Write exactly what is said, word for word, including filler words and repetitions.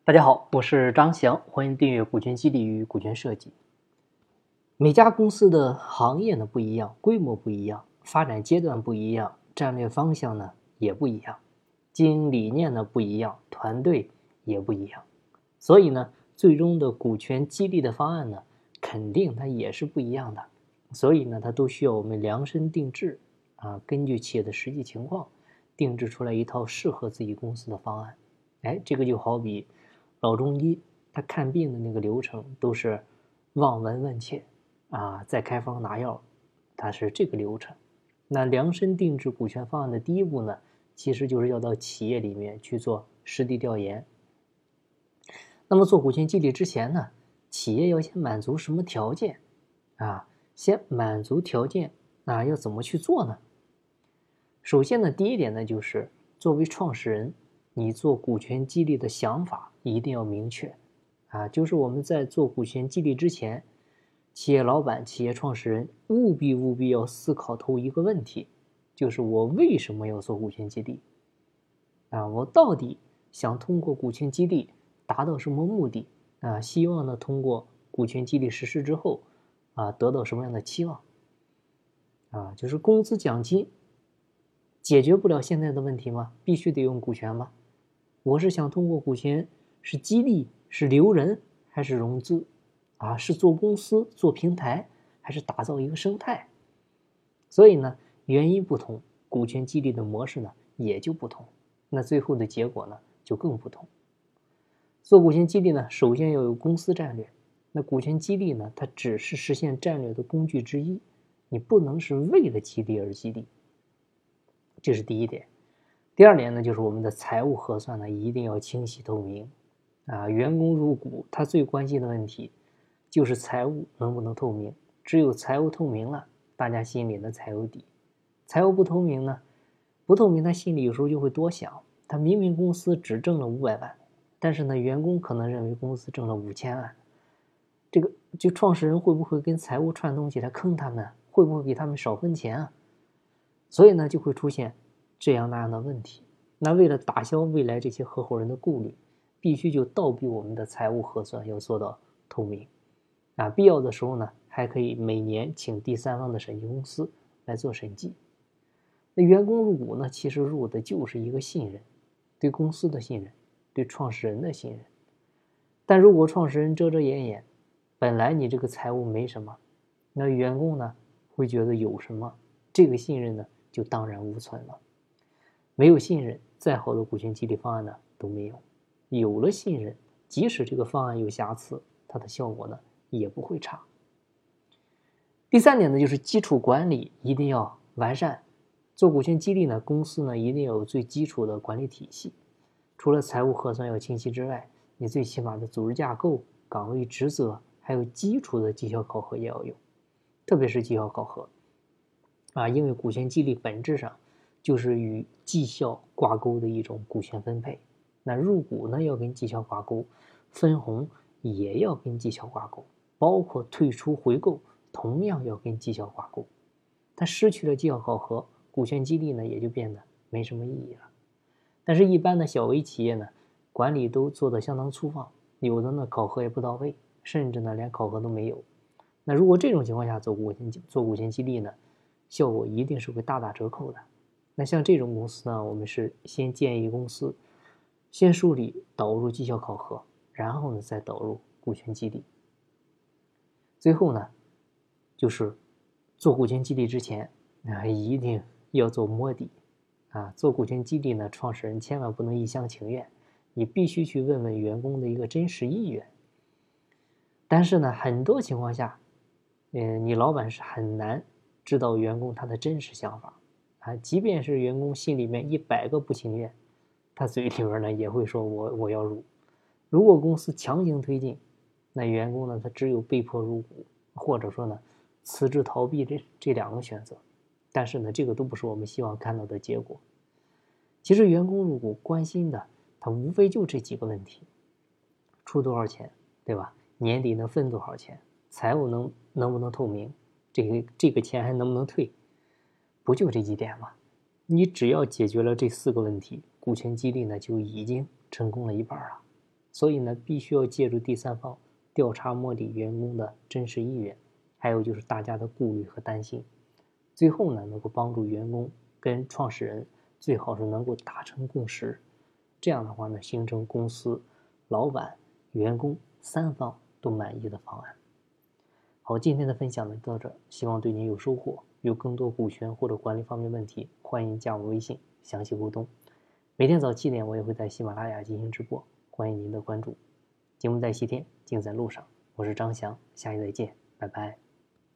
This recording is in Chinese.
大家好，我是张翔，欢迎订阅股权激励与股权设计。每家公司的行业呢不一样，规模不一样，发展阶段不一样，战略方向呢也不一样，经营理念呢不一样，团队也不一样，所以呢，最终的股权激励的方案呢，肯定它也是不一样的。所以呢，它都需要我们量身定制啊，根据企业的实际情况，定制出来一套适合自己公司的方案。哎，这个就好比老中医他看病的那个流程都是望闻问切啊，再开方拿药，它是这个流程。那量身定制股权方案的第一步呢，其实就是要到企业里面去做实地调研。那么做股权激励之前呢，企业要先满足什么条件啊？先满足条件啊，要怎么去做呢？首先呢，第一点呢，就是作为创始人，你做股权激励的想法一定要明确啊，就是我们在做股权激励之前，企业老板、企业创始人务必务必要思考透一个问题，就是我为什么要做股权激励啊？我到底想通过股权激励达到什么目的啊？希望呢通过股权激励实施之后啊，得到什么样的期望啊？就是工资奖金解决不了现在的问题吗？必须得用股权吗？我是想通过股权是激励，是留人，还是融资啊？是做公司做平台，还是打造一个生态？所以呢，原因不同，股权激励的模式呢也就不同，那最后的结果呢就更不同。做股权激励呢，首先要有公司战略，那股权激励呢，它只是实现战略的工具之一，你不能是为了激励而激励，这是第一点。第二点呢，就是我们的财务核算呢一定要清晰透明啊。员工入股，他最关心的问题就是财务能不能透明。只有财务透明了，大家心里呢才有底。财务不透明呢，不透明，他心里有时候就会多想，他明明公司只挣了五百万，但是呢，员工可能认为公司挣了五千万，这个就创始人会不会跟财务串通起来坑他们？会不会给他们少分钱啊？所以呢，就会出现这样那样的问题。那为了打消未来这些合伙人的顾虑，必须就倒逼我们的财务核算要做到透明啊。必要的时候呢，还可以每年请第三方的审计公司来做审计。那员工入股呢，其实入的就是一个信任，对公司的信任，对创始人的信任。但如果创始人遮遮掩掩，本来你这个财务没什么，那员工呢会觉得有什么，这个信任呢就荡然无存了。没有信任，再好的股权激励方案呢都没有。有了信任，即使这个方案有瑕疵，它的效果呢也不会差。第三点呢，就是基础管理一定要完善。做股权激励呢，公司呢一定要有最基础的管理体系。除了财务核算要清晰之外，你最起码的组织架构、岗位职责，还有基础的绩效考核也要有。特别是绩效考核啊，因为股权激励本质上就是与绩效挂钩的一种股权分配。那入股呢要跟绩效挂钩，分红也要跟绩效挂钩，包括退出回购同样要跟绩效挂钩。它失去了绩效考核，股权激励呢也就变得没什么意义了。但是一般的小微企业呢，管理都做得相当粗放，有的呢考核也不到位，甚至呢连考核都没有。那如果这种情况下做股权做股权激励呢，效果一定是会大打折扣的。那像这种公司呢，我们是先建议公司先梳理导入绩效考核，然后呢再导入股权激励。最后呢，就是做股权激励之前啊，一定要做摸底啊。做股权激励呢，创始人千万不能一厢情愿，你必须去问问员工的一个真实意愿。但是呢，很多情况下，嗯，你老板是很难知道员工他的真实想法啊。即便是员工心里面一百个不情愿，他嘴里边呢也会说我我要入。如果公司强行推进，那员工呢他只有被迫入股，或者说呢辞职逃避这这两个选择。但是呢，这个都不是我们希望看到的结果。其实员工入股关心的，他无非就这几个问题：出多少钱，对吧？年底能分多少钱？财务能能不能透明？这个这个钱还能不能退？不就这几点吗？你只要解决了这四个问题，股权激励呢就已经成功了一半了。 所以呢，必须要借助第三方调查摸底员工的真实意愿，还有就是大家的顾虑和担心，最后呢，能够帮助员工跟创始人最好是能够达成共识，这样的话呢，形成公司、老板、员工三方都满意的方案。好，今天的分享呢到这儿，希望对您有收获。有更多股权或者管理方面问题，欢迎加我微信详细沟通。每天早七点，我也会在喜马拉雅进行直播，欢迎您的关注。节目在西天，尽在路上。我是张翔，下期再见，拜拜。